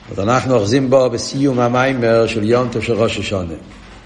אז אנחנו אוחזים בו בסיום המיימר של יום טוב של ראש השונה.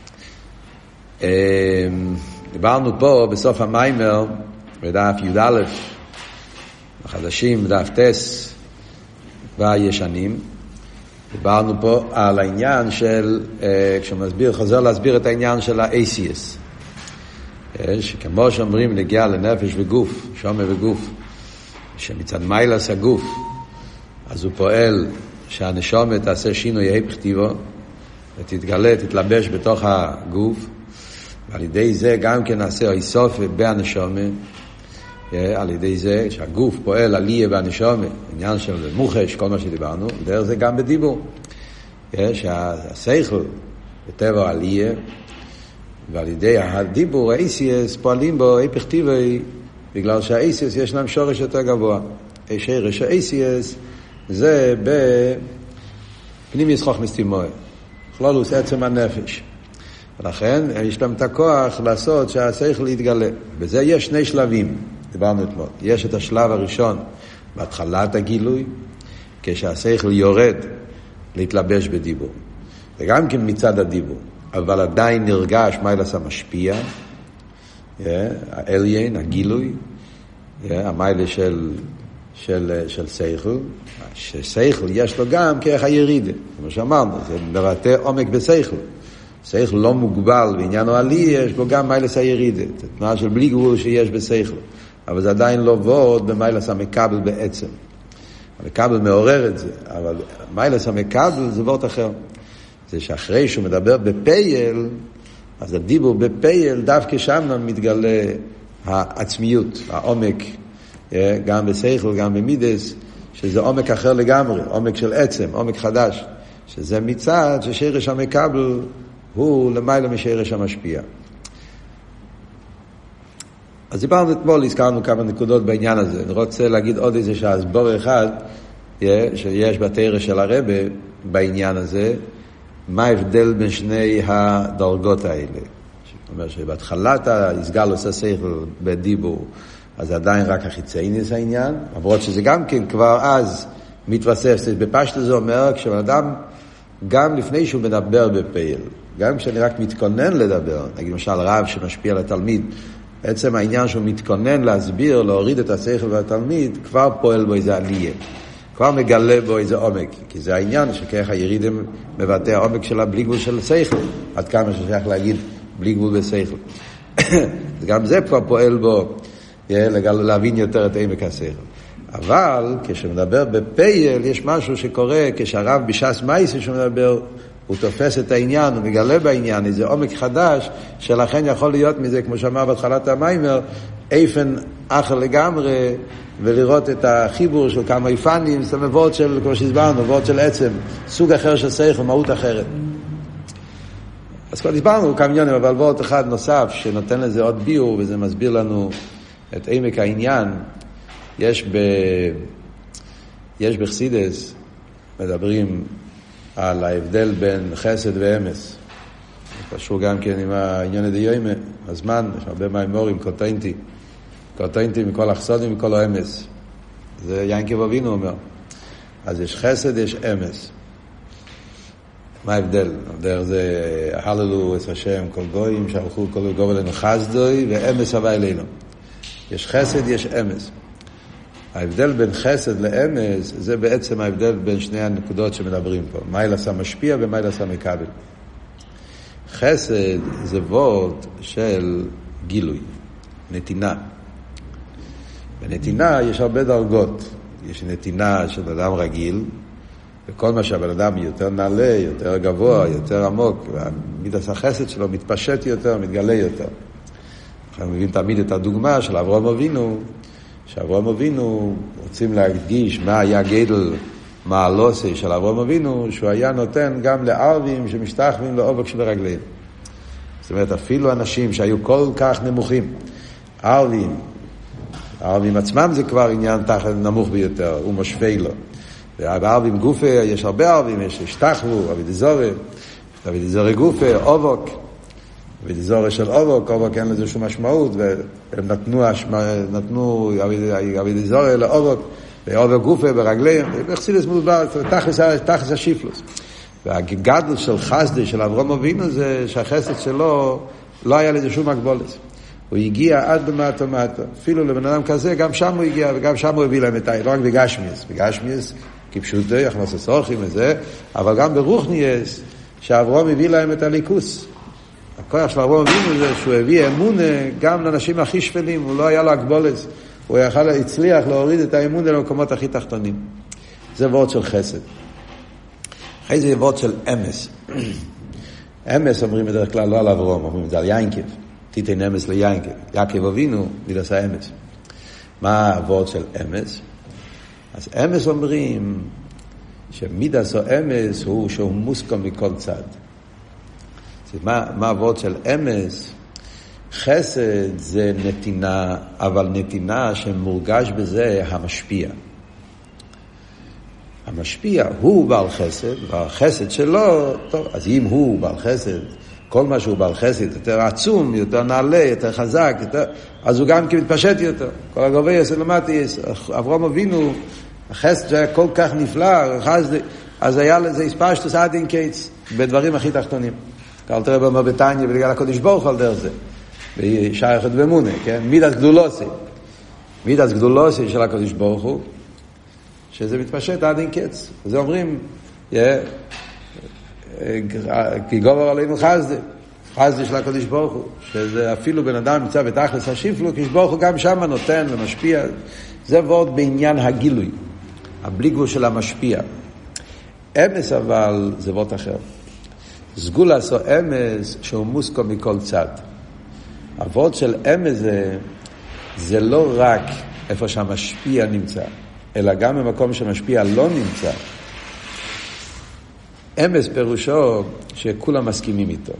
דיברנו פה בסוף המיימר בדף י"א החדשים, בדף טס והישנים. דיברנו פה על העניין של, כשמסביר, חוזר להסביר את העניין של ה-ACS, שכמו שאומרים נגיע לנפש וגוף, שומע וגוף, שמצד מיילס הגוף אז הוא פועל שהנשומת תעשה שינוי היפך טיבו ותתגלה, תתלבש בתוך הגוף, ועל ידי זה גם כן נעשה איסוף בהנשומת, על ידי זה שהגוף פועל עלייה בהנשומת, עניין של מוחש, כל מה שדיברנו, דרך זה גם בדיבור, שהשכל בטבע עלייה, ועל ידי הדיבור, ה-ACS, פועלים בו היפך טיבו, בגלל שה-ACS יש להם שורש יותר גבוה. שורש ה-ACS זה בפנימיוס חוכמת תימוה, כלולוס עצם הנפש. ולכן יש להם את הכוח לעשות שהשכל יתגלה. בזה יש שני שלבים, דיברנו אתמול. יש את השלב הראשון, בהתחלת הגילוי, כשהשכל יורד להתלבש בדיבור. וגם כן מצד הדיבור. אבל עדיין נרגש מיילס המשפיע, האליין, הגילוי, המיילה של שכל, ששכל יש לו גם כרך הירידה, כמו שאמרנו, זה מבטא עומק בשכל. שכל לא מוגבל בעניין העלי, יש בו גם מיילס הירידה, תנועה של בלי גבול שיש בשכל, אבל זה עדיין לא ווד במיילס המקבל בעצם. המקבל מעורר את זה, אבל מיילס המקבל זה ווד אחר. זה שאחרי שהוא מדבר בפייל, אז הדיבור בפייל, דווקא שם מתגלה העצמיות, העומק, גם בשכל, גם במידס, שזה עומק אחר לגמרי, עומק של עצם, עומק חדש, שזה מצד ששרש המקבל הוא למעלה משרש המשפיע. אז דיברנו אתמול, הזכרנו כמה נקודות בעניין הזה. אני רוצה להגיד עוד איזה שהסבור אחד שיש בתורה של הרב בעניין הזה, מה ההבדל בין שני הדרגות האלה. זאת אומרת שבהתחלת הסגל עושה שכל בדיבור, אז עדיין רק החיצייניס העניין, למרות שזה גם כן כבר אז מתווסף. בפשט זה אומר, כשאדם, גם לפני שהוא מדבר בפייל, גם כשאני רק מתכונן לדבר, נגיד למשל רב שמשפיע על התלמיד, בעצם העניין שהוא מתכונן להסביר, להוריד את השכל והתלמיד, כבר פועל בו איזה עלייה. כבר מגלה בו איזה עומק, כי זה העניין שכך הירידים מבטא העומק שלה בלי גבול של שכל, עד כמה ששייך להגיד בלי גבול בשכל. גם זה כבר פועל בו, להבין יותר את עמק השכל. אבל כשמדבר בפייל, יש משהו שקורה, כשהרב בש"ס מייסי שמדבר, הוא תופס את העניין, הוא מגלה בעניין, איזה עומק חדש, שלכן יכול להיות מזה, כמו שאמר בהתחלת המיימר, איפן אחר לגמרי, ולראות את החיבור של כמה איפנים, זה מבואות של, כמו שהסברנו, מבואות של עצם, סוג אחר של שכל, מהות אחרת. אז כבר הסברנו כמה עניונים, אבל מבואות אחד נוסף, שנותן לזה עוד ביור, וזה מסביר לנו את עמק העניין. יש בחסידס, מדברים על ההבדל בין חסד ואמס. זה קשור גם כן עם העניין דיומה, הזמן, יש הרבה מהמורים, קוטנטי מכל החסודים, מכל האמס. זה ינקב אבינו אומר. אז יש חסד, יש אמס. מה ההבדל? דרך זה, הללו את השם כל גויים, שהלכו כל גוב אלינו חסדוי, ואמס הבא אלינו. יש חסד, יש אמס. ההבדל בין חסד לאמס, זה בעצם ההבדל בין שני הנקודות שמדברים פה. מיילס המשפיע ומיילס המקבל. חסד זה וורט של גילוי, נתינה. בנתינה יש הרבה דרגות. יש נתינה של אדם רגיל, וכל מה שהבן אדם יותר נעלה, יותר גבוה, יותר עמוק, והמידת החסד שלו מתפשט יותר, מתגלה יותר. אנחנו מביאים תמיד את הדוגמה של אברהם אבינו, שאברהם אבינו, רוצים להדגיש מה היה גדל מעלוסי של אברהם אבינו, שהוא היה נותן גם לערבים שמשתחווים לעובק של רגליהם. זאת אומרת, אפילו אנשים שהיו כל כך נמוכים, הערבים עצמם זה כבר עניין תחת נמוך ביותר, הוא משווה לו. והערבים גופה, יש הרבה ערבים, יש השתחוו, אבידיזורי גופה, אובוק, אבידיזורי של אובוק אין לזה שום משמעות, והם נתנו אבידיזורי לאובוק, בעובר גופה, ברגליהם, בחסידות מוסבר, תכלס השיפלוס. והגדול של חסדי, של אברהם אבינו, זה שהחסד שלו לא היה לזה שום הגבולת. הוא הגיע עד במטה. אפילו לבן אדם כזה, גם שם הוא הגיע, וגם שם הוא הביא להם את לא רק בגשמיאס. בגשמיאס, כפשוטו, יכנוס לצורכים וזה, אבל גם ברוחניאס, שאברהם הביא להם את הליכוס. הכוח של אברהם אבינו זה שהוא הביא אמונה גם לאנשים הכי שפלים, הוא לא היה לו הגבולת. הוא הצליח להוריד את האמונה למקומות הכי תחתונים. זה וורט של חסד. אחרי זה וורט של אמס. אמס אומרים בדרך כלל לא על אברהם, אומרים את זה על יינקב. תיתן אמס ליינקב. יעקב אבינו, מיד עשה אמס. מה הוורד של אמס? אז אמס אומרים שמיד עשה אמס הוא שהוא מוסכם מכל צד. מה הוורד של אמס? חסד זה נתינה, אבל נתינה שמורגש בזה המשפיע. המשפיע הוא בעל חסד, והחסד שלו, טוב, אז אם הוא בעל חסד, כל מה שהוא בעל חסד, יותר עצום, יותר נעלה, יותר חזק, אז הוא גם מתפשט יותר. כל הגובה יעשה למטה, אברהם אבינו, החסד שהיה כל כך נפלא, אז היה לזה הספשטוס עד אין קיץ, בדברים הכי תחתונים. כאל תראה במרבטניה, בגלל הקודש ברוך על דרך זה. בשייכת ומונה, כן? מידת גדולוסי. מידת גדולוסי של הקודש ברוך הוא, שזה מתפשט עד אין קץ. וזה אומרים, כי גובר עלינו חסדי של הקודש ברוך הוא, שזה אפילו בן אדם נמצא בתכלס השיפלו, כי ברוך הוא גם שם נותן ומשפיע. זה ועוד בעניין הגילוי, הבליגו של המשפיע. אמס אבל זה ועוד אחר. סגולה סו אמס שהוא מוסקו מכל צד. העבוד של אמס זה לא רק איפה שהמשפיע נמצא, אלא גם במקום שהמשפיע לא נמצא. אמס פירושו שכולם מסכימים איתו.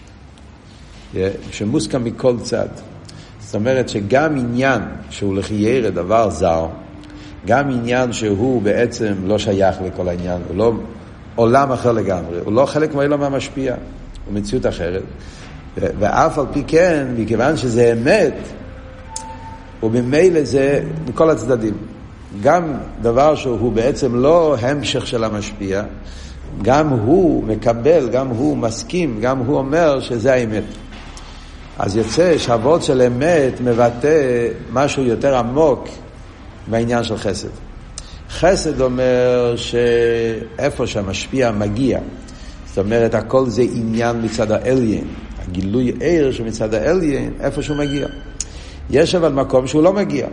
שמוסכם מכל צד. זאת אומרת שגם עניין שהוא לחיירה דבר זר, גם עניין שהוא בעצם לא שייך לכל העניין, הוא לא עולם אחר לגמרי, הוא לא חלק מהעולם המשפיע, הוא מציאות אחרת. ואף על פי כן, מכיוון שזה אמת, ובמילא זה מכל הצדדים. גם דבר שהוא בעצם לא המשך של המשפיע, גם הוא מקבל, גם הוא מסכים, גם הוא אומר שזה האמת. אז יוצא שהעבוד של אמת מבטא משהו יותר עמוק בעניין של חסד. חסד אומר שאיפה שהמשפיע מגיע, זאת אומרת הכל זה עניין מצד האליין, הגילוי עיר שמצד האליין, איפה שהוא מגיע. יש אבל מקום שהוא לא מגיע.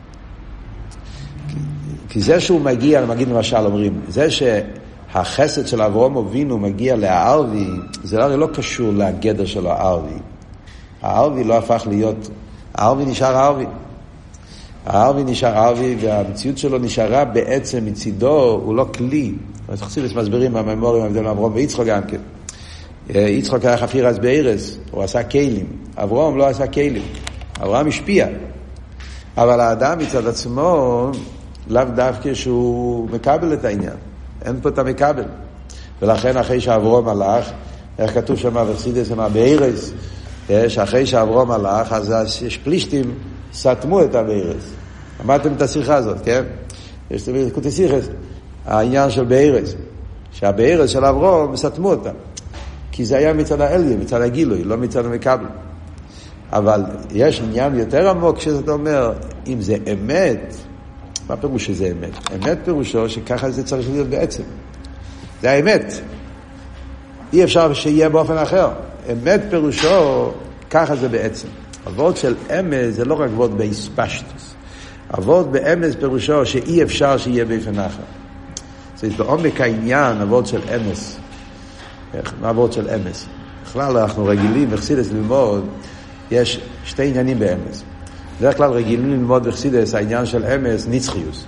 כי זה שהוא מגיע, נגיד למשל אומרים, זה שהחסד של אברהם אבינו מגיע לערבי, זה הרי לא קשור לגדר של הערבי. הערבי לא הפך להיות, הערבי נשאר ערבי. הערבי נשאר ערבי, והמציאות שלו נשארה בעצם מצידו, הוא לא כלי. חסידות מסבירים בממורים, הבדל אברהם ויצחק גם כן. יצחק היה חפיר אז בארץ, הוא עשה כלים. אברהם לא עשה כלים. אברהם השפיע. אבל האדם מצד עצמו, לאו דווקא שהוא מקבל את העניין. אין פה את המקבל. ולכן אחרי שאברהם הלך, איך כתוב שם בחסידות בארץ, שאחרי שאברהם הלך, אז יש פלישתים סתמו את הבארץ. אמרתם את השיחה הזאת, כן? יש קוטי שיחס, העניין של בארץ. שהבארץ של אברהם סתמו אותה. כי זה היה מצד האליה, מצד הגילוי, לא מצד המקבל. אבל יש עניין יותר עמוק שזה אומר, אם זה אמת, מה פירוש שזה אמת? אמת פירושו שככה זה צריך להיות בעצם. זה האמת. אי אפשר שיהיה באופן אחר. אמת פירושו, ככה זה בעצם. עבוד של אמס זה לא רק עבוד בהספשטוס. עבוד באמס פירושו שאי אפשר שיהיה באופן אחר. זה בעומק העניין, עבוד של אמס. מה עבוד של אמס? בכלל אנחנו רגילים בחסידות ללמוד, יש שתי עניינים באמס. בדרך כלל רגילים ללמוד בחסידות העניין של אמס, נצחיוס.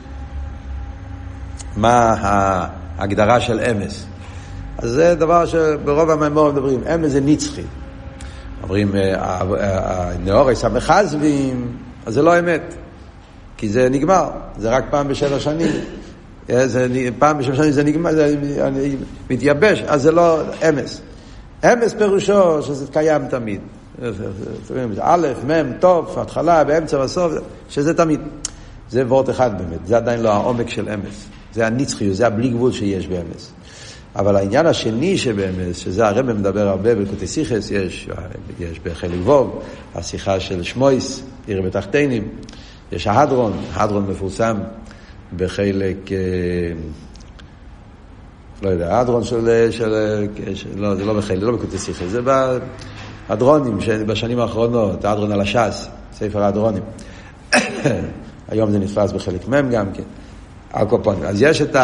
מה ההגדרה של אמס? אז זה דבר שברוב המאמרים מדברים, אמס זה נצחי. אומרים, נאורס המחזבים, אז זה לא אמת. כי זה נגמר, זה רק פעם בשבע שנים. פעם בשבע שנים זה נגמר, זה מתייבש, אז זה לא אמס. אמס פירושו שזה קיים תמיד. א', מ', טוב, התחלה, באמצע, בסוף, שזה תמיד. זה וורט אחד באמת, זה עדיין לא העומק של אמס. זה הנצחיות, זה הבלי גבול שיש באמס. אבל העניין השני שבאמס, שזה הרב מדבר הרבה בליקוטי שיחס, יש בחלק ווב, השיחה של שמויס, עיר בתחתינים, יש ההדרון מפורסם בחלק, לא יודע, ההדרון לא, זה לא בחלק, לא בליקוטי שיחס, זה בהדרונים בשנים האחרונות, ההדרון על הש"ס, ספר ההדרונים. היום זה נתפס בחלק מהם גם כן. אז יש את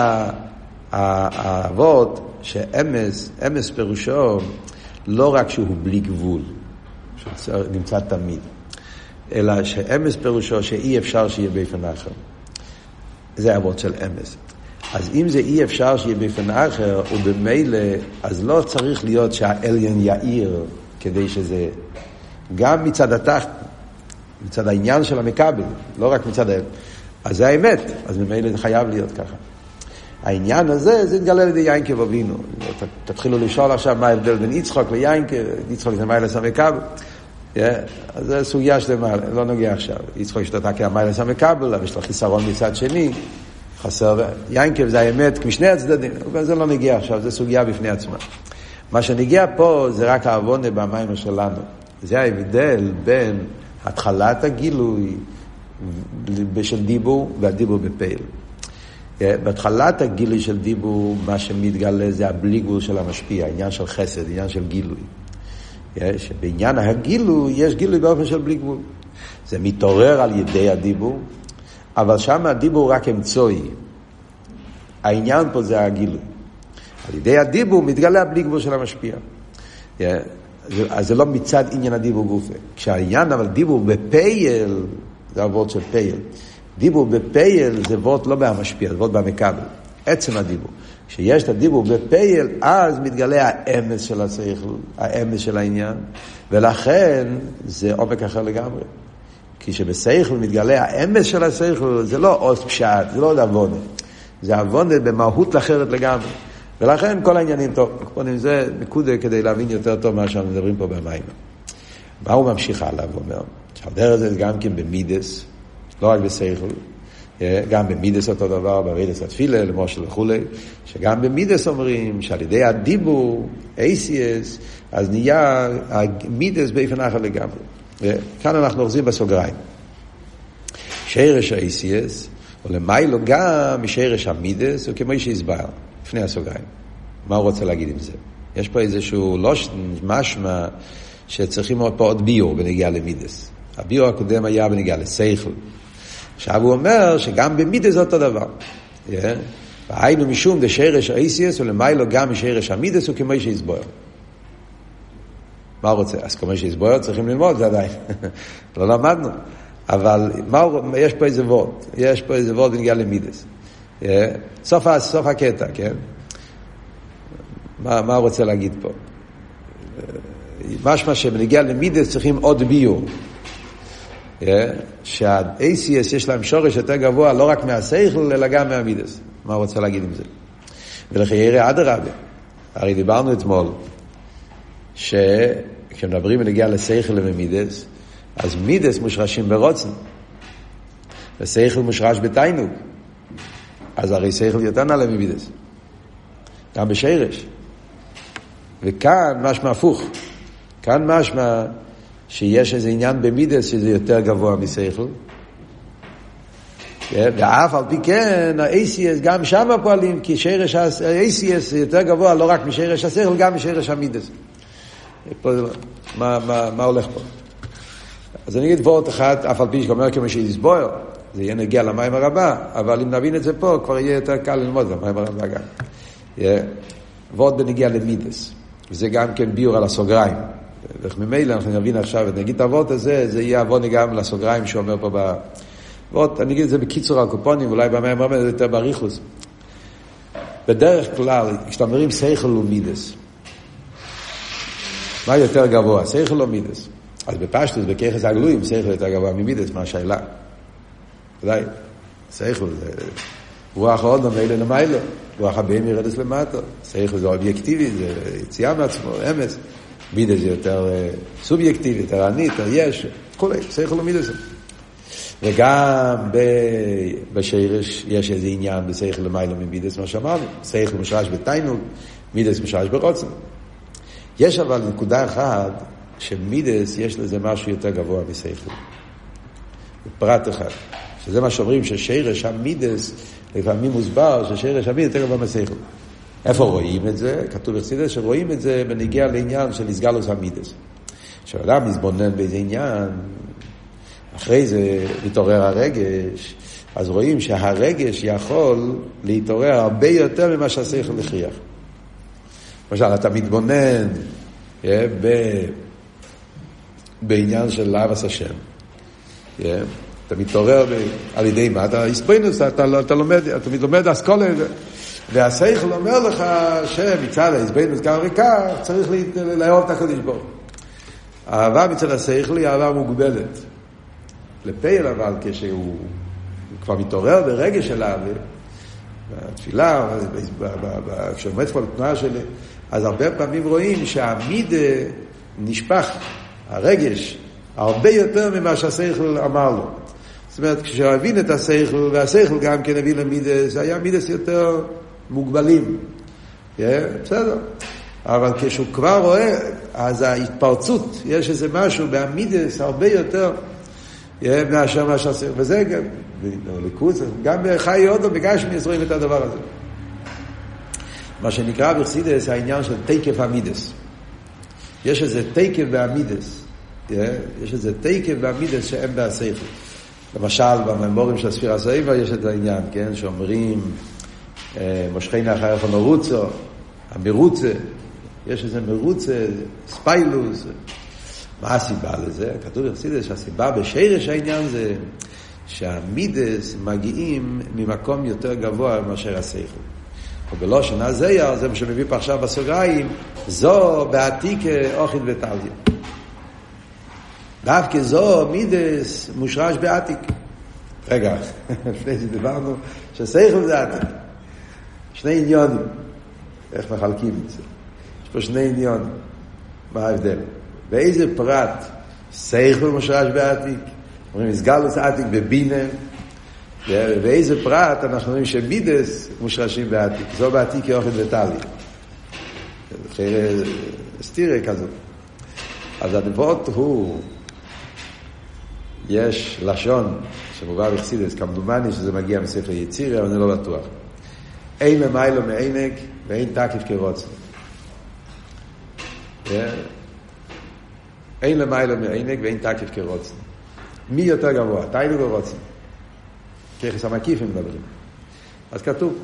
האבות שאמס פירושו לא רק שהוא בלי גבול, שנמצא תמיד, אלא שאמס פירושו שאי אפשר שיהיה באופן אחר. זה האבות של אמס. אז אם זה אי אפשר שיהיה באופן אחר, ובמילא, אז לא צריך להיות שהאליין יאיר כדי שזה, גם מצד התחת, מצד העניין של המקבל, לא רק מצד האל. אז זה האמת, אז ממילא זה חייב להיות ככה. העניין הזה, זה התגלה לידי יינקב אבינו. תתחילו לשאול עכשיו מה ההבדל בין יצחק ליינקב, יצחק זה מיילס המקבל. אז זה סוגיה שלמה, לא נוגע עכשיו. יצחק שתתה כהמיילס המקבל, אבל יש לו חיסרון מצד שני, חסר, יינקב זה האמת משני הצדדים, אבל זה לא נגיע עכשיו, זה סוגיה בפני עצמה. מה שנגיע פה זה רק העוונה במים שלנו. זה ההבדל בין התחלת הגילוי של דיבור והדיבור בפעיל. בהתחלת הגילוי של דיבור, מה שמתגלה זה הבלי גבול של המשפיע, עניין של חסד, עניין של גילוי. שבעניין הגילוי יש גילוי באופן של בלי גבול. זה מתעורר על ידי הדיבור, אבל שם הדיבור רק אמצעי. העניין פה זה הגילוי. על ידי הדיבור מתגלה הבלי גבול של המשפיע. אז זה לא מצד עניין הדיבור גופה. כשהעניין אבל דיבור בפייל, זה הוורד של פייל. דיבור בפייל זה וורד לא במשפיע, זה וורד במקבל. עצם הדיבור. כשיש את הדיבור בפייל, אז מתגלה האמס של השכל, האמס של העניין, ולכן זה עומק אחר לגמרי. כי שבשכל מתגלה האמס של השכל, זה לא עוס פשט, זה לא עוונה. זה עוונה במהות אחרת לגמרי. ולכן כל העניינים טוב. זה נקודה כדי להבין יותר טוב מה שאנחנו מדברים פה במים. מה הוא ממשיך עליו? הוא אומר, שהדרך זה גם כן במידס, לא רק בשכל, גם במידס אותו דבר, ברידס התפילה, למושל וכו', שגם במידס אומרים שעל ידי הדיבור, ACS, אז נהיה המידס באופן אחר לגמרי. וכאן אנחנו אוחזים בסוגריים. שרש ה-ACS, או למיילו גם משרש המידס, הוא כמו שהסבר, לפני הסוגריים. מה הוא רוצה להגיד עם זה? יש פה איזשהו לא משמע שצריכים פה עוד ביור בנגיעה למידס. הביור הקודם היה בנגיעה לשכל. עכשיו הוא אומר שגם במידס זה אותו דבר. והיינו משום דשרש ה-ACS, או למיילו גם משרש המידס, הוא כמו שהסבר. מה הוא רוצה? אז כמו שהסבור צריכים ללמוד, זה עדיין. לא למדנו. אבל יש פה איזה וורד. יש פה איזה וורד בנגיעה למידס. סוף הקטע, כן? מה הוא רוצה להגיד פה? משמע שבנגיעה למידס צריכים עוד ביור. שה-ACS יש להם שורש יותר גבוה, לא רק מהשכל, אלא גם מהמידס. מה הוא רוצה להגיד עם זה? ולחיירה עד הרבה. הרי דיברנו אתמול, כשמדברים ונגיע לשכל וממידס, אז מידס מושרשים ברוצן, ושכל מושרש בתיינוג. אז הרי שכל יותר נעלה ממידס. גם בשרש. וכאן משמע הפוך. כאן משמע שיש איזה עניין במידס שזה יותר גבוה משכל. ואף על פי כן, ה-ACS גם שם פועלים, כי שרש ה-ACS יותר גבוה לא רק משרש השכל, גם משרש המידס. מה הולך פה? אז אני אגיד וורט אחד, אף על פי שאומר כמו שיסבויר, זה יהיה נגיע למים הרבה, אבל אם נבין את זה פה, כבר יהיה יותר קל ללמוד למים הרבה גם. וורט בנגיע למידס, וזה גם כן ביור על הסוגריים. וממילא אנחנו נבין עכשיו, נגיד את הוורט הזה, זה יהיה עבוד גם לסוגריים שאומר פה וורט, אני אגיד את זה בקיצור על קופונים, אולי במים הרבה זה יותר בריחוס. בדרך כלל, כשאתה אומרים שכל ומידס, מה יותר גבוה, שכל או מידס? אז בפשטוס, בכיחס הגלויים, שכל יותר גבוה ממידס, מה השאלה? ודאי, שכל זה רוח עוד נמילה למילה, רוח הבאים ירדס למטה, שכל זה אובייקטיבי, זה יציאה מעצמו, אמס, מידס זה יותר סובייקטיבי, יותר עני, יותר יש, כולי, שכל או מידס. וגם בשרש יש איזה עניין בשכל למיילו ממידס, מה שאמרנו, שכל מושרש בתיינוג, מידס מושרש ברוצן. יש אבל נקודה אחת, שמידס יש לזה משהו יותר גבוה משכל. פרט אחד. שזה מה שאומרים ששרש המידס, לפעמים מוסבר ששרש המידס יותר גבוה משכל. איפה רואים את זה? כתוב בחסידות שרואים את זה בנגיע לעניין של הסגלוס המידס. כשאדם מתבונן באיזה עניין, אחרי זה מתעורר הרגש, אז רואים שהרגש יכול להתעורר הרבה יותר ממה שהשכל הכריח. למשל, אתה מתבונן בעניין של אהבת השם. אתה מתעורר על ידי מה? אתה הספינוס, אתה לומד אסכולה, והשכל אומר לך שמצד ההספינוס כך וכך צריך לאהוב את הקדוש ברוך הוא. האהבה מצד השכל היא אהבה מוגבלת. לפעיל אבל כשהוא כבר מתעורר ברגש של אהבה, בתפילה, כשעומד כבר בתנועה שלי, אז הרבה פעמים רואים שהמידה נשפך, הרגש, הרבה יותר ממה שהשכל אמר לו. זאת אומרת, כשהבין את השכל, והשכל גם כן הביא למידה, זה היה מידס יותר מוגבלים. בסדר. אבל כשהוא כבר רואה, אז ההתפרצות, יש איזה משהו בהמידס הרבה יותר מאשר מה שהשכל. וזה גם, גם בחי יודו, בגשמי רואים את הדבר הזה. מה שנקרא בחסידות העניין של תקף המידס. יש איזה תקף בהמידס. יש איזה תקף בהמידס שאין בהשכל. למשל, בממורים של הספירה סעיבה יש את העניין, כן? שאומרים, מושכינה אחרי איפה מרוצו, המרוצה, יש איזה מרוצה, ספיילוס. מה הסיבה לזה? כתוב בחסידות שהסיבה בשרש העניין זה שהמידס מגיעים ממקום יותר גבוה מאשר השכל. ובלושן הזיה, זה מה שמביא פה עכשיו בסוגריים, זו בעתיק אוכית וטליה. דווקא זו מידס מושרש בעתיק. רגע, לפני זה דיברנו ששכל זה עתיק. שני עניונים. איך מחלקים את זה? יש פה שני עניונים. מה ההבדל? באיזה פרט שכל מושרש בעתיק? אומרים, הסגלוס עתיק בבינה. ובאיזה פרט אנחנו אומרים שמידס מושרשים בעתיק. זו בעתיק אוכית וטליה. סתירה כזאת. אז הדברות הוא, יש לשון שמובא בחסידות, כמדומני שזה מגיע מספר יצירה, אבל אני לא בטוח. אין למיילו מעינק ואין תקיף כרוצן. אין למיילו מעינק ואין תקיף כרוצן. מי יותר גבוה? תיינוג או רוצן? כיחס המקיפים מדברים. אז כתוב,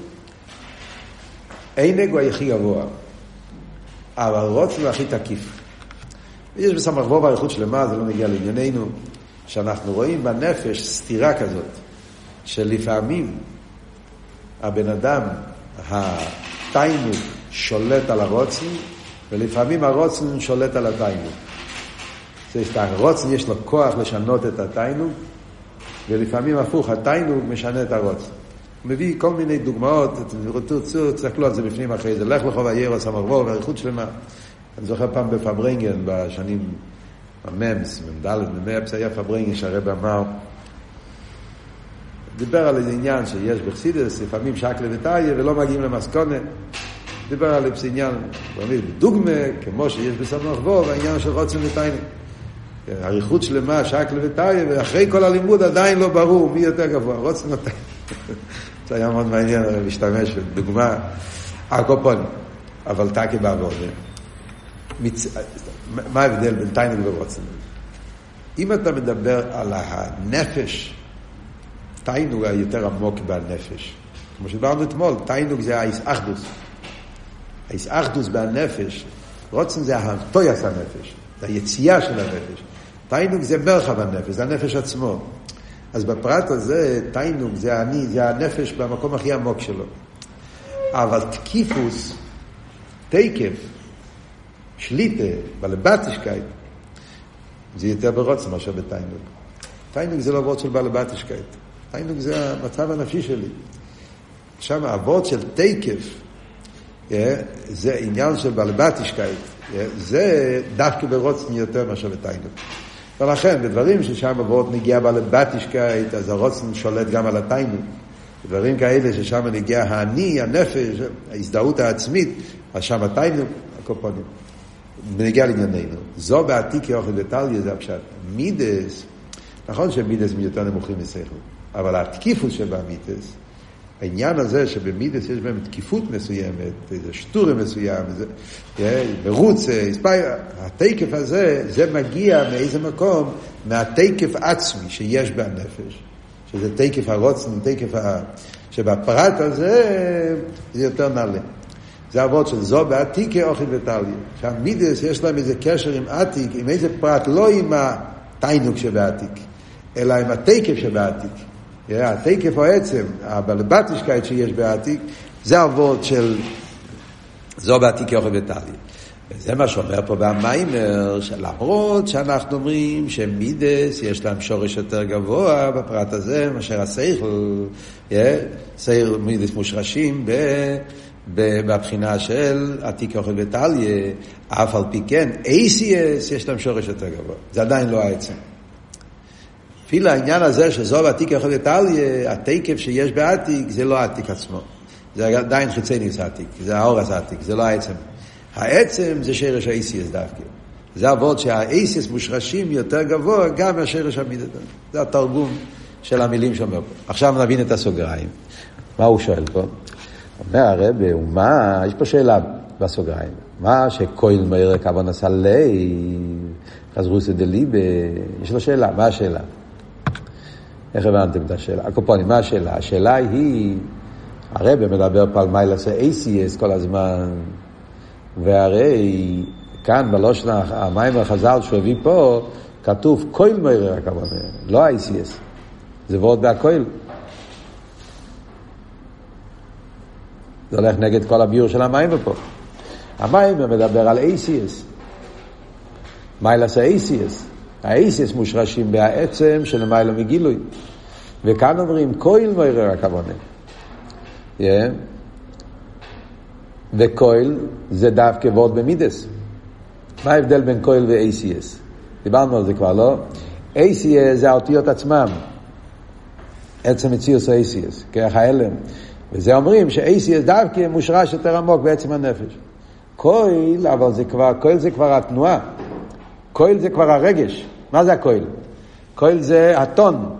עינג הוא הכי גבוה, אבל רוצן הוא הכי תקיף. יש בסמך בו בעריכות שלמה, זה לא נגיע לענייננו, שאנחנו רואים בנפש סתירה כזאת, שלפעמים הבן אדם, התיינוג שולט על הרוצן, ולפעמים הרוצן שולט על התיינוג. הרוצן יש לו כוח לשנות את התיינוג, ולפעמים הפוך, התיינוג משנה את הרוצן. הוא מביא כל מיני דוגמאות, תסתכלו על זה בפנים אחרי זה, לך לחוב הירס המרבור והעריכות שלמה. אני זוכר פעם בפברנגן, בשנים הממס, ממדלת, ממאפס, היה פברנגן שהרב אמר, דיבר על איזה עניין שיש בחסידות, לפעמים שקלה וטריה ולא מגיעים למסקונה. דיבר על איזה עניין, דוגמה, כמו שיש בסמך בו, והעניין של רוצן ותיינוג. העריכות שלמה, שקלה וטריה, ואחרי כל הלימוד עדיין לא ברור מי יותר גבוה, רוצן ותיינוג. זה היה מאוד מעניין להשתמש בדוגמה, הקופון, אבל תקי בעבור. מה ההבדל בין תיינוג ורוצן? אם אתה מדבר על הנפש, תיינוג היותר עמוק בנפש. כמו שדיברנו אתמול, תיינוג זה האיסאחדוס. האיסאחדוס בנפש, רוצן זה הטויס הנפש, זה היציאה של הנפש. תיינוג זה מרחב הנפש, זה הנפש עצמו. אז בפרט הזה, תיינוג זה אני, זה הנפש במקום הכי עמוק שלו. אבל תקיפוס, תקף, שליטה, בלבטישקייט, זה יותר ברוצן מאשר בתיינוג. תיינוג זה לא עבוד של בלבטישקייט. תיינוג זה המצב הנפשי שלי. שם העבוד של תקף, זה עניין של בלבטישקייט. זה דווקא ברוצן יותר מאשר בתיינוג. ולכן, בדברים ששם עבוד נגיע בלבטישקייט, אז הרוצן שולט גם על התיינות. בדברים כאלה ששם נגיע העני, הנפש, ההזדהות העצמית, אז שם התיינות, הקופונים. נגיע לענייננו. זו בעתיק יוכל וטליה, זה הפשט. מידס, נכון שמידס יותר נמוכים משכל, אבל התקיפות שבמידס, העניין הזה שבמידס יש בהם תקיפות מסוימת, איזה שטורה מסוים, ברוץ, התקף הזה, זה מגיע מאיזה מקום, מהתקף עצמי שיש בנפש, שזה תקף הרוצן, תקף שבפרט הזה, זה יותר נעלה. זה עבוד של זו בעתיק אוכל וטליה. שהמידס יש להם איזה קשר עם עתיק, עם איזה פרט, לא עם התיינוק שבעתיק, אלא עם התקף שבעתיק. התקף או עצם, הבלבטישקייט שיש בעתיק, זה עבוד של זו בעתיק אוכל וטליה. וזה מה שאומר פה במיימר, שלמרות שאנחנו אומרים שמידס יש להם שורש יותר גבוה בפרט הזה, מאשר השכל, שכל מידס מושרשים בבחינה של עתיק אוכל וטליה, אף על פי כן, ACS יש להם שורש יותר גבוה. זה עדיין לא העצם. אפילו העניין הזה שזו בעתיק אוכל וטליה, התקף שיש בעתיק, זה לא העתיק עצמו. זה עדיין חיצי ניס העתיק, זה האורס העתיק, זה לא העצם. העצם זה שרש ה-ACS דווקא. זה עבוד שה-ACS מושרשים יותר גבוה גם מהשרש המידס. זה התרגום של המילים שאומר פה. עכשיו נבין את הסוגריים. מה הוא שואל פה? אומר הרב, ומה, יש פה שאלה בסוגריים. מה שכהן מאיר כוון עשה לי, חזרו סדליבה, יש לו שאלה, מה השאלה? איך הבנתם את השאלה? הקופונים, מה השאלה? השאלה היא, הרב מדבר פה על מיילה ש-ACS כל הזמן, והרי כאן בלושן המים החז"ל שהוא הביא פה, כתוב כהן מאיר הכוונה, לא ACS. זה ועוד בהכהן. זה הולך נגד כל הביור של המים פה. המים מדבר על ACS. מיילס ה-ACS. ה-ACS מושרשים בעצם של מיילה מגילוי. וכאן אומרים, כהן מאיר הכוונה. וכהן זה דווקא ועוד במידס. מה ההבדל בין כהן ו-ACS? דיברנו על זה כבר, לא? ACS זה האותיות עצמם. עצם מציאוס ה-ACS, כרך האלם. וזה אומרים ש-ACS דווקא מושרש יותר עמוק בעצם הנפש. כהן, אבל זה כבר, כהן זה כבר התנועה. כהן זה כבר הרגש. מה זה הכהן? כהן זה הטון.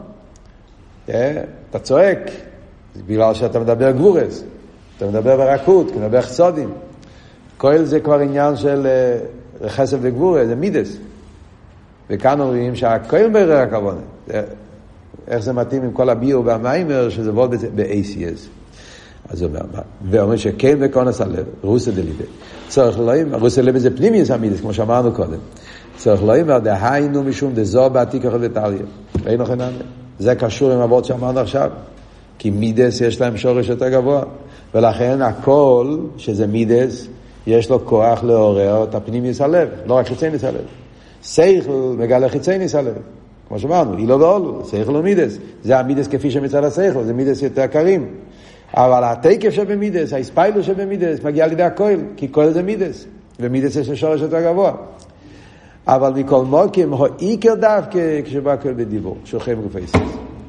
אתה צועק, בגלל שאתה מדבר גבורס. אתה מדבר ברכות, אתה מדבר חסודים. כהן זה כבר עניין של חסד וגבורס, זה מידס. וכאן אומרים שהכהן מאיר הכוונה. איך זה מתאים עם כל הביור והמיימר, שזה וולד ב-ACS. אז הוא אומר, ואומר שכן וכונס הלב, רוסה דליבה. צורך לא אומר, רוסה דליבה זה פנימיוס המידס, כמו שאמרנו קודם. צורך לא אומר, דהיינו משום דזו בעתיק אוכל וטליה. ראינו חנן? זה קשור עם עבוד שאמרנו עכשיו. כי מידס יש להם שורש יותר גבוה. ולכן הכל, שזה מידס, יש לו כוח לעורר את הפנימיוס הלב, לא רק חיצייניס הלב. שכל מגלה חיצייניס הלב. כמו שאמרנו, אילו ואולו, שכל ומידס. זה המידס כפי שמצד השכל, זה מידס יותר קרים. אבל התקף שבמידס, ההספיילו שבמידס, מגיע לידי הכהל, כי כהל זה מידס, ומידס יש לשורש יותר גבוה. אבל מכל מוקים, הוא עיקר דווקא כשבא כהל בדיבור, שוכם גופייסס.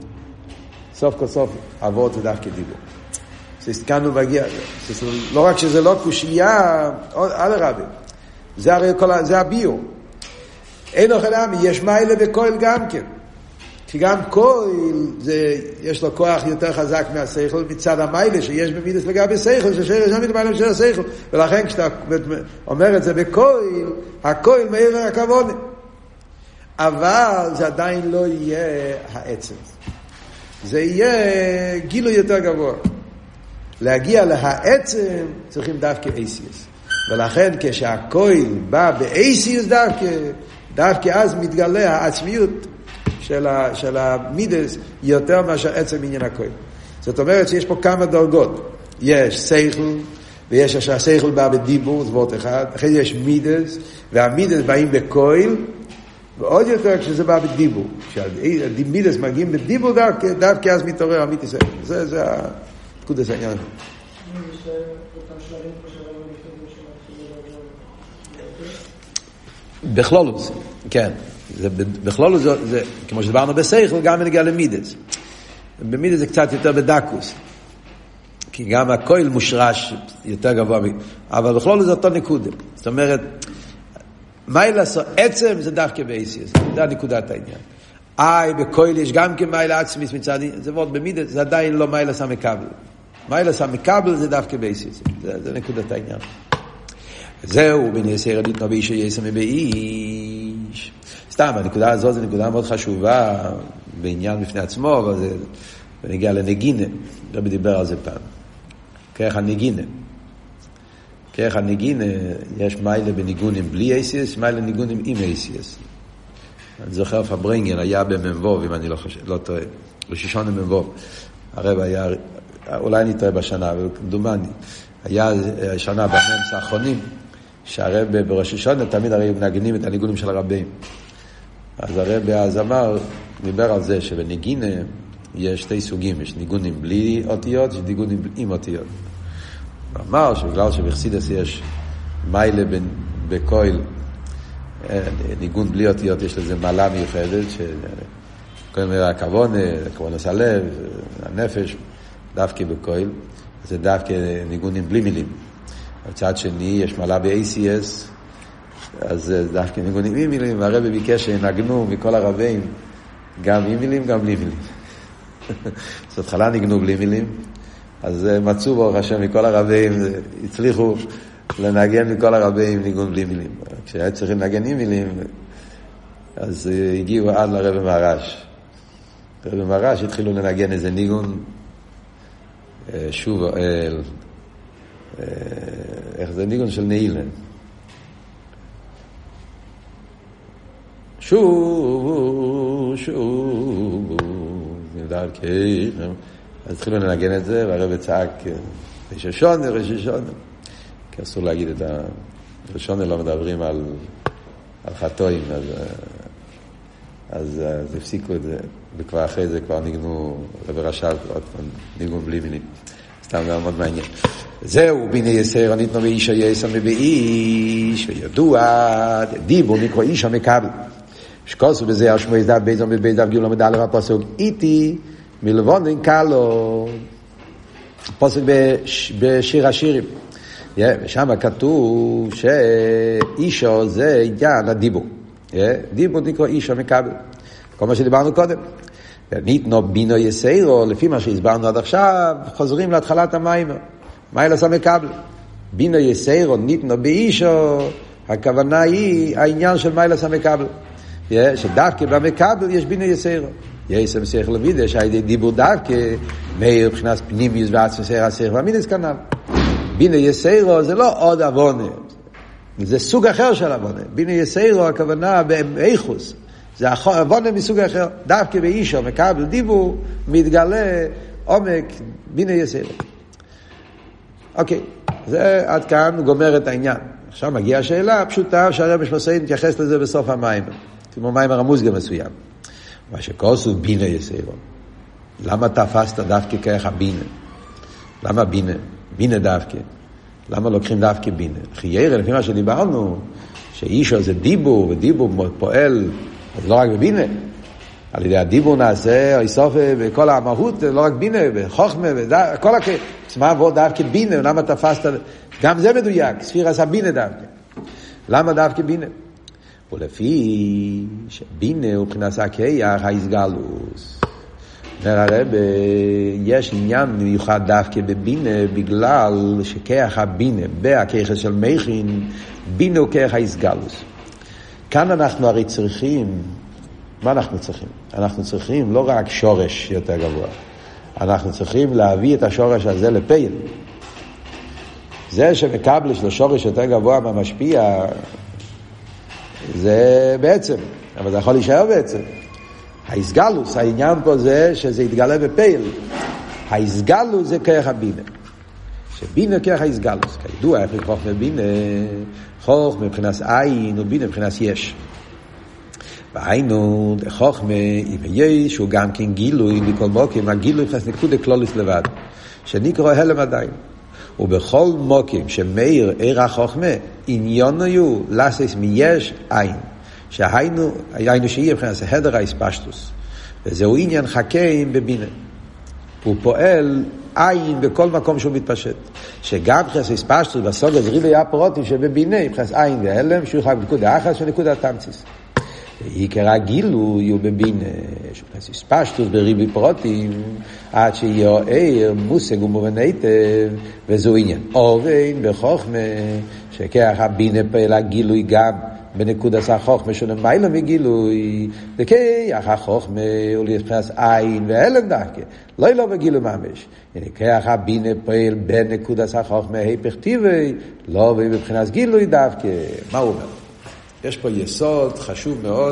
סוף כל סוף, עבוד זה דווקא דיבור. שהסתכנו והגיע, לא רק שזה לא קושייה, עד הרבי. זה הרי זה הביור. אין אוכל עמי, יש מיילה וכהל גם כן. כי גם כהל, יש לו כוח יותר חזק מהשכל, מצד המיילה שיש במידס לגבי שכל, ששרש המיד במיילה של השכל. ולכן כשאתה אומר את זה בכהל, הכהל מאיר הכוונה. אבל זה עדיין לא יהיה העצם. זה יהיה גילוי יותר גבוה. להגיע להעצם צריכים דווקא ACS. ולכן כשהכהל בא ב-ACS דווקא אז מתגלה העצמיות של המידס יותר מאשר עצם עניין הכהל. זאת אומרת שיש פה כמה דרגות. יש שכל, ויש שהשכל בא בדיבור, זה וורט אחד. אחרי זה יש מידס, והמידס באים בכהל, ועוד יותר כשזה בא בדיבור. כשהמידס מגיעים בדיבור דווקא אז מתעורר המידס. זה התקודס העניין. בכללות, כן. זה בכלול זה, כמו שדברנו בסייכל, גם נגיע למידס. במידס זה קצת יותר בדקוס. כי גם הכויל מושרש יותר גבוה, אבל בכלול זה אותו נקודה. זאת אומרת, מיילה עצם זה דווקא באיסיוס. זה נקודת העניין. בכויל יש גם כמיילה עצמיס מצד, זה מאוד במידס, זה עדיין לא מיילה סמקבל. מיילה סמקבל זה דווקא באיסיוס. זה נקודת העניין. זהו, בני יסר ניתנו באיש יסר מבאיש. סתם, הנקודה הזאת זו נקודה מאוד חשובה בעניין בפני עצמו, אבל זה נגיע לנגינה. רבי דיבר על זה פעם. כרך הנגינה. כרך הנגינה, יש מיילה בניגונים בלי אייסיאס, מיילה בניגונים עם אייסיאס. אני זוכר פברנגן היה במנבוב, אם אני לא טועה. רשישון במנבוב. הרב היה, אולי אני טועה בשנה, אבל דומני. היה שנה בממס האחרונים, שהרב בראש השונה תמיד הרי מנגנים את הניגונים של הרבים. אז הרב אז אמר, דיבר על זה שבניגינה יש שתי סוגים, יש ניגונים בלי אותיות, יש ניגונים עם אותיות. הוא אמר שבגלל שבחסידס יש מיילה בקויל, ניגון בלי אותיות יש לזה מעלה מיוחדת, שקודם אומר הכוון הלב, הנפש, דווקא בקויל, זה דווקא ניגונים בלי מילים. בצד שני יש מעלה ב-ACS, אז זה דווקא ניגונים עם מילים, והרב ביקש שנגנו מכל הרבים, גם עם מילים, גם בלי מילים. זאת התחלה ניגנו בלי מילים, אז מצאו ברוך השם מכל הרבים, הצליחו לנגן מכל הרבים ניגון בלי מילים. כשהיה צריכים לנגן עם מילים, אז הגיעו עד לרב מרש. רב מרש התחילו לנגן איזה ניגון, שוב, איך זה ניגון של נעילן. שוב, נדרכם. אז התחילו לנגן את זה, והרב צעק, רששונה. כי אסור להגיד את הרששונה, לא מדברים על חטואים, אז הפסיקו את זה, וכבר אחרי זה כבר ניגנו, רב רש"ל, ניגון בלי מילים. סתם גם מאוד מעניין. זהו, ביני יסר, ניתנו באיש היסר מבאיש, וידוע, דיבור נקרא איש המקבל. שקוסו בזה, השמו יזדב בייזום ובייזדב גיאו למד א' הפוסק, איתי מלבונן קלו. פוסק בשיר השירים. ושם כתוב שאישו זה עניין הדיבור. דיבור נקרא איש המקבל. כל מה שדיברנו קודם. ניתנו בינו יסרו, לפי מה שהסברנו עד עכשיו, חוזרים להתחלת המים. מיילה סמקבל. בינו יסרו, ניתנו באישו, הכוונה היא העניין של מיילה סמקבל. שדווקא במקבל יש בינו יסרו. יסם שכל לוידה, שהידי דיבור דווקא, מאיר מבחינת פנימיוס ועצמי שכל השכל והמינס כנ"ל. בינו יסרו זה לא עוד אבונה. זה סוג אחר של אבונה. בינו יסרו, הכוונה באיכוס. זה אבונה מסוג אחר. דווקא באישו, מקבל דיבור, מתגלה עומק בינו יסרו. אוקיי, זה עד כאן הוא גומר את העניין. עכשיו מגיעה השאלה פשוטה שהרב משמעסי מתייחס לזה בסוף המים. כמו מים הרמוז גם מסוים. מה שכוסו בינה יסרו. למה תפסת דווקא כרך הבינה? למה בינה? בינה דווקא. למה לוקחים דווקא בינה? חיירה, לפי מה שדיברנו, שאישו זה דיבור, ודיבור פועל, אז לא רק בבינה. על ידי הדיבור נעשה, איסוף בכל המהות, לא רק בינה, בחוכמה, כל מה עבור דווקא בינה, למה תפסת? גם זה מדויק, ספירה עשה בינה דווקא. למה דווקא בינה? ולפי שבינה הוא מבחינת הכיח ההסגלוס. אומר הרב, יש עניין מיוחד דווקא בבינה, בגלל שכיח הבינה, בהכיח של מכין, בינה הוא כיח ההסגלוס. כאן אנחנו הרי צריכים, מה אנחנו צריכים? אנחנו צריכים לא רק שורש יותר גבוה, אנחנו צריכים להביא את השורש הזה לפייל. זה שמקבל של השורש יותר גבוה מהמשפיע, זה בעצם, אבל זה יכול להישאר בעצם. ההסגלוס, העניין פה זה שזה יתגלה בפייל. ההסגלוס זה כרך הבינה. שבינה כרך ההסגלוס. כידוע, איך לקרוא בבינה, חוכמה מבחינת עין ובינה מבחינת יש. והיינו, חוכמה, אם יש, הוא גם כן גילוי, מכל מוקים, הגילוי מבחינת נקודה כלולית לבד. שנקרא הלם עדיין. ובכל מוקים שמאיר עיר החוכמה, עניון היו לסס מיש עין. שהיינו שיהיה מבחינת הדר האספשטוס, וזהו עניין חכים בבינה. הוא פועל עין בכל מקום שהוא מתפשט. שגם מבחינת האספשטוס בסוגיה זה ריבי הפרוטים שבבינה, מבחינת עין והלם, שהוא חג בנקודה אחת ונקודה תמציס. עיקר הגילוי הוא בבינה, מבחינת האספשטוס בריבי פרוטים, עד שיהיה עיר מושג ומובן היטב, וזהו עניין. אורן בחוכמה, שכך הבינה פועל הגילוי גם בנקודת החוכמה שלמעלה מגילוי, וכך החוכמה הוא לבחינת עין והלם דווקא, לא בגילוי ממש. כך הבינה פועל בנקודת החוכמה היפך טבעי, לא בבחינת גילוי דווקא. מה הוא אומר? יש פה יסוד חשוב מאוד,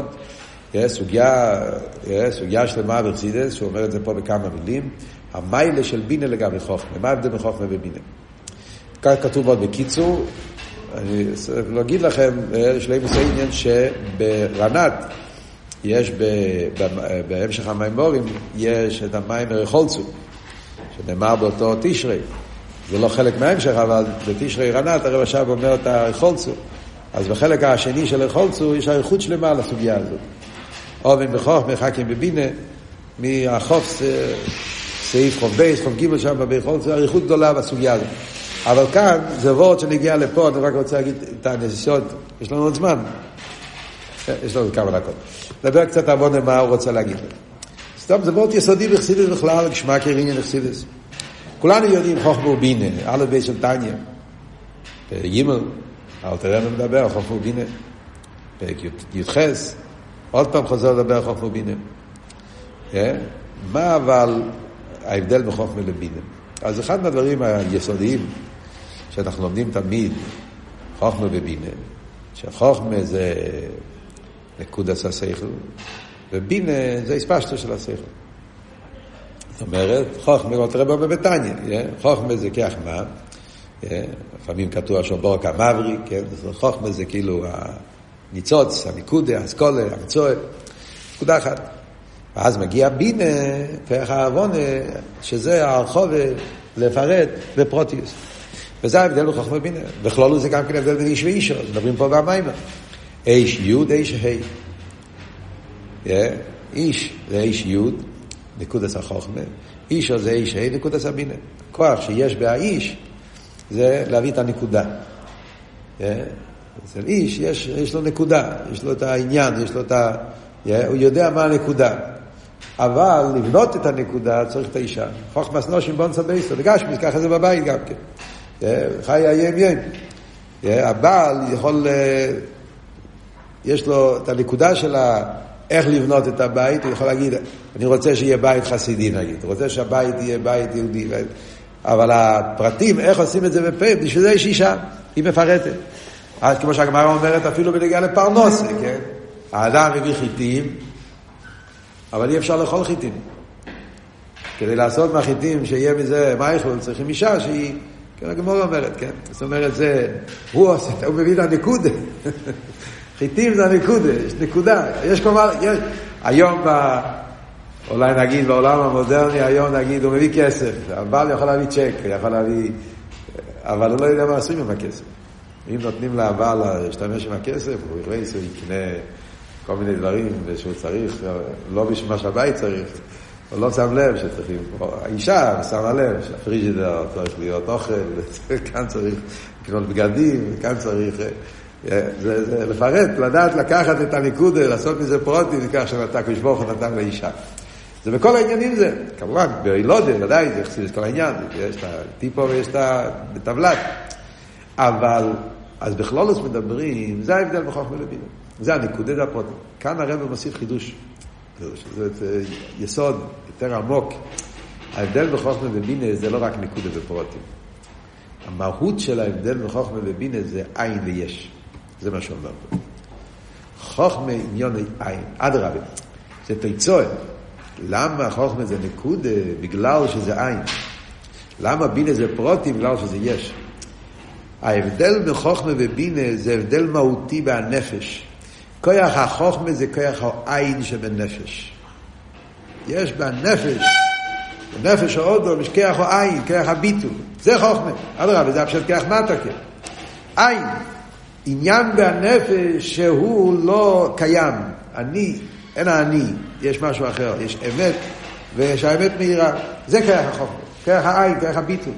סוגיה שלמה בחסידות, שהוא אומר את זה פה בכמה מילים, המיילה של בינה לגבי חוכמה. מה ההבדל בין חוכמה ובינה? כאן כתוב מאוד בקיצור, אני לא אגיד לכם, שלמה עניין שברנת יש בהמשך המיימורים, יש את המיימר חולצו, שנאמר באותו תשרי. זה לא חלק מההמשך, אבל בתשרי רנת הרב עכשיו אומר את החולצו. אז בחלק השני של החולצו יש אריכות שלמה לסוגיה הזאת. אובן בחוכמה, חכים בבינה, מהחוף סעיף חוף בייס, חוף גימל שם בחולצו, אריכות גדולה בסוגיה הזאת. אבל כאן זה וורד שנגיע לפה, אני רק רוצה להגיד את הנסיעות, יש לנו עוד זמן, יש לנו כמה דקות. נדבר קצת עבודה מה הוא רוצה להגיד. סתם, זה וורד יסודי בחסידות בכלל, כשמה כעניין בחסידות. כולנו יודעים חוכמה ובינה, א' בית של תניא, גימל, אל תראינו מדבר על חוכמה ובינה, פרק י"חס, עוד פעם חוזר לדבר על חוכמה ובינה. מה אבל ההבדל בחוכמה לבינה? אז אחד מהדברים היסודיים שאנחנו לומדים תמיד, חוכמה ובינה, שחוכמה זה נקודת השכל, ובינה זה הספשטות של השכל. זאת אומרת, חוכמה, כמו תראה בו בבטניה, חוכמה זה כחמה, לפעמים כתוב שבור כמברי, חוכמה זה כאילו הניצוץ, הניקודה, הסקולה, המצועה, נקודה אחת. ואז מגיע בינה, פרח העוונה, שזה הרחוב לפרט בפרוטיוס. וזה ההבדל בחוכמה ובינה. בכלול זה גם כן הבדל בין איש ואישו, מדברים פה במיימר. איש יוד, איש ה'. איש זה איש יוד, נקודת החוכמה. אישו זה איש ה', נקודת הבינה. כוח שיש באיש, זה להביא את הנקודה. אצל איש יש לו נקודה, יש לו את העניין, יש לו את הוא יודע מה הנקודה. אבל לבנות את הנקודה צריך את האישה. חוכמה סנושים בונצה בייסו, לגשמיס, ככה זה בבית גם כן. חי ים. הבעל יכול, יש לו את הנקודה שלה, איך לבנות את הבית, הוא יכול להגיד, אני רוצה שיהיה בית חסידי נגיד, הוא רוצה שהבית יהיה בית יהודי, אבל הפרטים, איך עושים את זה בפה, בשביל זה יש אישה, היא מפרטת. אז כמו שהגמרא אומרת, אפילו בנגיעה לפרנסה, כן? האדם מביא חיטים, אבל אי אפשר לאכול חיטים. כדי לעשות מהחיטים שיהיה מזה מייכל, צריכים אישה שהיא, כן, הגמרא אומרת, כן? זאת אומרת, הוא מביא את הנקודה. חיטים זה הנקודה, יש נקודה. יש כלומר, היום אולי נגיד בעולם המודרני, היום נגיד, הוא מביא כסף. הבעל יכול להביא צ'ק, יכול להביא, אבל הוא לא יודע מה עושים עם הכסף. אם נותנים לבעל להשתמש עם הכסף, הוא יכנס, הוא יקנה כל מיני דברים שהוא צריך, לא בשביל מה שהבית צריך, הוא לא שם לב שצריכים, האישה שמה לב שהפריג'ידר צריך להיות אוכל, כאן צריך לקנות בגדים, כאן צריך, זה לפרט, לדעת לקחת את הניקודה, לעשות מזה פרוטים, כך שנתק ושבוך ונתן לאישה. זה בכל העניינים זה, כמובן, באילודה, ודאי, זה יחסיד את כל העניין, יש את הטיפו ויש את הטבלת, אבל, אז בכלולוס מדברים, זה ההבדל בחוכמה ובינה. זה הנקודה, זה הפרוטים. כאן הרב מוסיף חידוש. זה יסוד יותר עמוק. ההבדל בחוכמה ובינה זה לא רק נקודה ופרוטים. המהות של ההבדל בחוכמה ובינה זה עין ויש. זה מה שאומר פה. חוכמה עניון עין. אדרבה. זה תיצוע. למה חוכמה זה נקודה? בגלל שזה עין. למה בינה זה פרוטים? בגלל שזה יש. ההבדל בין חוכמה ובינה זה הבדל מהותי בנפש. כוח החוכמה זה כוח העין שבנפש. יש בנפש, בנפש האודו, יש כוח העין, כוח הביטול. זה חוכמה. אדרבה, זה הפשט כוח מטה. עין. עניין בנפש שהוא לא קיים. אין אני, יש משהו אחר, יש אמת, ויש האמת מהירה. זה כרך החוכמה, כרך העין, כרך הביטול.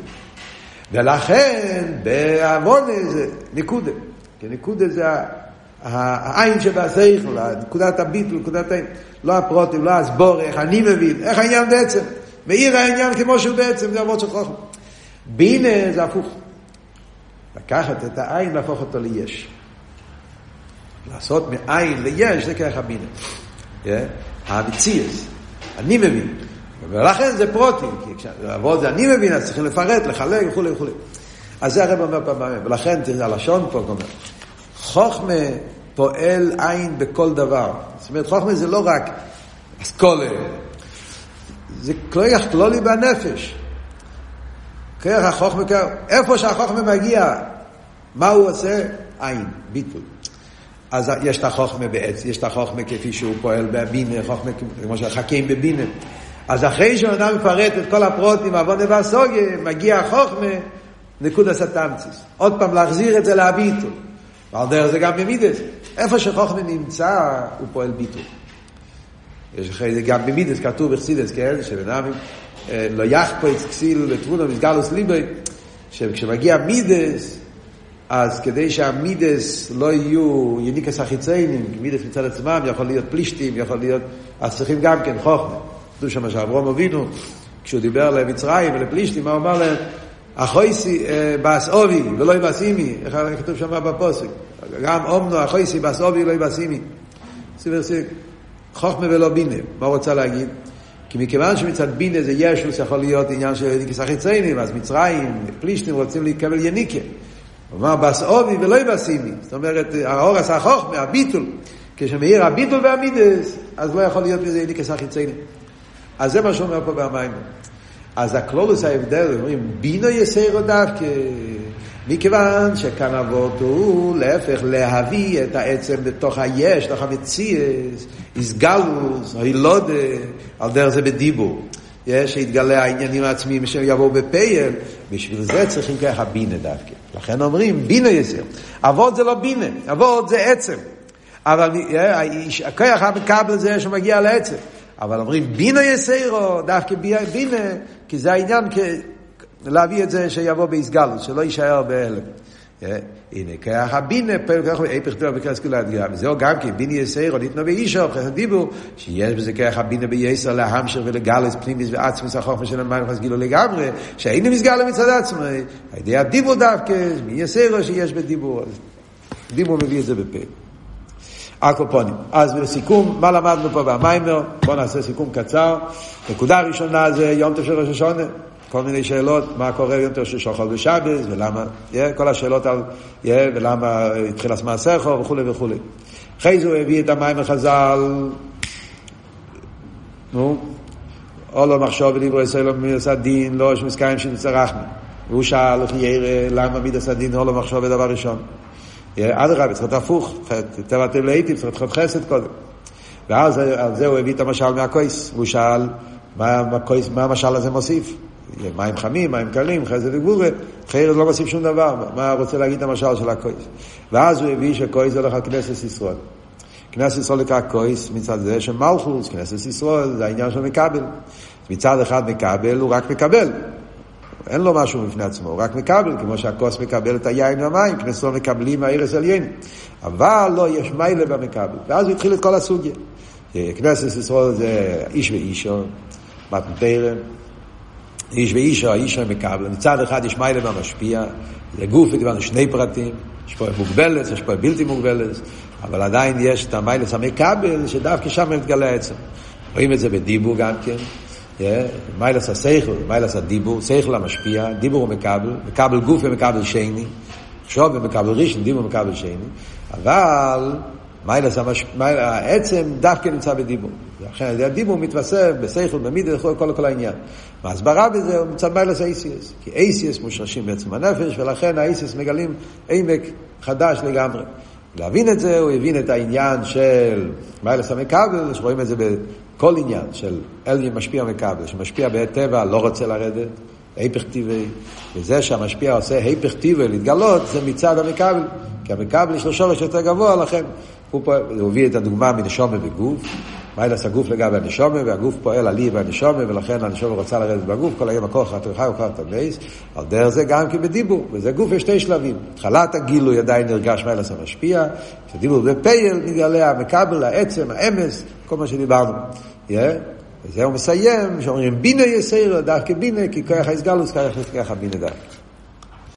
ולכן בעוונה זה נקודה. כי נקודה זה העין שבשכל, נקודת הביטול, נקודת העין. לא הפרוטים, לא הסבור, איך אני מבין, איך העניין בעצם. מאיר העניין כמו שהוא בעצם, זה עבוד של חוכמה. בינה זה הפוך. לקחת את העין, להפוך אותו ליש. לעשות מעין ליש, זה כרך הבינה. המציאס, אני מבין. ולכן זה פרוטים, כי כשעבוד זה אני מבין, אז צריכים לפרט, לחלק וכו' וכו'. אז זה הרב אומר פעם, ולכן תראה, הלשון פה אומר, חוכמה פועל עין בכל דבר. זאת אומרת, חוכמה זה לא רק אסכולה, זה כוח כלולי בנפש. כוח החוכמה, איפה שהחוכמה מגיע, מה הוא עושה? עין, ביטול. אז יש את החוכמה בעץ, יש את החוכמה כפי שהוא פועל בבינה, חוכמה כמו שחכים בבינה. אז אחרי שאדם מפרט את כל הפרוטים, עוונה והסוגיה, מגיע החוכמה, נקודת התמצית. עוד פעם להחזיר את זה להביטול. ועל דרך זה גם במידס. איפה שחוכמה נמצא, הוא פועל ביטול. יש אחרי זה גם במידס, כתוב בחסידות, כן? שבנאם לא יחפץ כסיל ותבונו מסגלוס ליבי, שכשמגיע מידס, אז כדי שהמידס לא יהיו יניקס החיציינים, מידס מצד עצמם, יכול להיות פלישתים, יכול להיות, אז צריכים גם כן חוכמה. כתוב שם שאברהם אבינו, כשהוא דיבר למצרים ולפלישתים, מה הוא אמר להם? החויסי באסאובי ולא יבסימי, איך כתוב שם בפוסק? גם אומנו החויסי באסאובי ולא יבסימי. חוכמה ולא בינה. מה הוא רוצה להגיד? כי מכיוון שמצד בינה זה ישוס, יכול להיות עניין של יניקס החיציינים, אז מצרים, פלישתים רוצים להתקבל יניקה. הוא אמר באסאובי ולא יבסימי. זאת אומרת, האור עשה החוכמה, הביטול. כשמאיר הביטול והמידס, אז לא יכול להיות מזה יניקס החיציינים. אז זה מה שאומר פה במים. אז הכלולוס ההבדל, אומרים, בינו יסיירו דווקא, מכיוון שכאן אבות הוא להפך להביא את העצם בתוך היש, בתוך המציאס, הסגלוס, הילודה, על דרך זה בדיבור. יש שהתגלה העניינים העצמיים שיבואו בפייל, בשביל זה צריכים ככה בינה דווקא. לכן אומרים, בינו יסיירו. אבות זה לא בינה, אבות זה עצם. אבל הכוח המקבל זה שמגיע לעצם. אבל אומרים בינה יסיירו, דווקא בינה, כי זה העניין להביא את זה שיבוא בהסגלות, שלא יישאר בהלם. הנה, כוח הבינה, היפך דבר בקרס כולה הדגירה, וזהו גם כי בינה יסיירו, ניתנו באישו, בחסד דיבור, שיש בזה כוח הבינה בייסר להמשר ולגלס פנימיס ועצמס החוכמה של המים חסגילו לגמרי, שאין מסגל מצד עצמי, הידי הדיבור דווקא, מי יסיירו שיש בדיבור, דיבור מביא את זה בפה. הקופונים. אז לסיכום, מה למדנו פה במיימר? בואו נעשה סיכום קצר. נקודה ראשונה זה יום טוב של ראש השונה. כל מיני שאלות, מה קורה יום טוב של שוחל ושבס, ולמה, כל השאלות על, ולמה התחיל הסמא סכו, וכו' וכו'. אחרי זה הוא הביא את המיימר חז"ל, אולו מחשוב ודיברו ישראלו מידס הדין, לא יש מסקיים שנצטרחנו. והוא שאל, למה מידס הדין, אולו מחשוב בדבר ראשון. עד הרב, צריך להיות הפוך, תבטל להיטיב, צריך להיות חסד קודם. ואז על זה הוא הביא את המשל מהקויס, הוא שאל מה המשל הזה מוסיף. מים חמים, מים קלים, חסד וגבורה, אחרת לא מוסיף שום דבר, מה רוצה להגיד המשל של הקויס. ואז הוא הביא שקויס הולך על כנסת ישראל. כנסת ישראל לקרא קויס מצד זה שמלכוס, כנסת ישראל זה העניין של מקבל. מצד אחד מקבל, הוא רק מקבל. אין לו משהו מפני עצמו, הוא רק מקבל, כמו שהכוס מקבל את היין והמים, כנסת לא מקבלים מהערס עליין. אבל לא, יש מיילה במקבל. ואז הוא התחיל את כל הסוגיה. כנסת ישראל זה איש ואישו, מתנתרם, איש ואישו, האישו מקבל. מצד אחד יש מיילה במשפיע, זה גוף ודברנו שני פרטים, יש פה מוגבלת, יש פה בלתי מוגבלת, אבל עדיין יש את המיילס המקבל, שדווקא שם מתגלה עצם. רואים את זה בדיבור גם כן. מיילס השכל, מיילס הדיבור, שכל המשפיע, דיבור הוא מקבל גוף ומקבל שני, חשוב ומקבל ראשון, דיבור ומקבל שני, אבל מיילס העצם דווקא נמצא בדיבור. לכן הדיבור מתווסף בשכל, במידה, כל העניין. ההסברה בזה הוא מצד מיילס האיסיאס, כי האיסיאס מושרשים בעצם הנפש, ולכן האיסיאס מגלים עמק חדש לגמרי. להבין את זה, הוא הבין את העניין של מיילס המקבל, שרואים את זה כל עניין של אליה משפיע מקבל, שמשפיע בטבע לא רוצה לרדת, היפך טבעי, וזה שהמשפיע עושה היפך טבעי להתגלות, זה מצד המקבל, כי המקבל יש לו שורש יותר גבוה, לכן הוא הביא את הדוגמה מנשומה וגוף, מיילס הגוף לגבי הנשומה, והגוף פועל על לי והנשומה, ולכן הנשומה רוצה לרדת בגוף, כל היום הכוח התרחי הוא כוח תמייס, על דרך זה גם כבדיבור, וזה גוף יש שתי שלבים. התחלת הגילוי עדיין נרגש מיילס המשפיע, כשדיבור בפייל נגלה המקבל, העצם, האמס, כל מה שדיברנו. וזה הוא מסיים, שאומרים בינה יסיר, דווקא בינה, כי כוח ההסגלוס ככה בינה דווקא.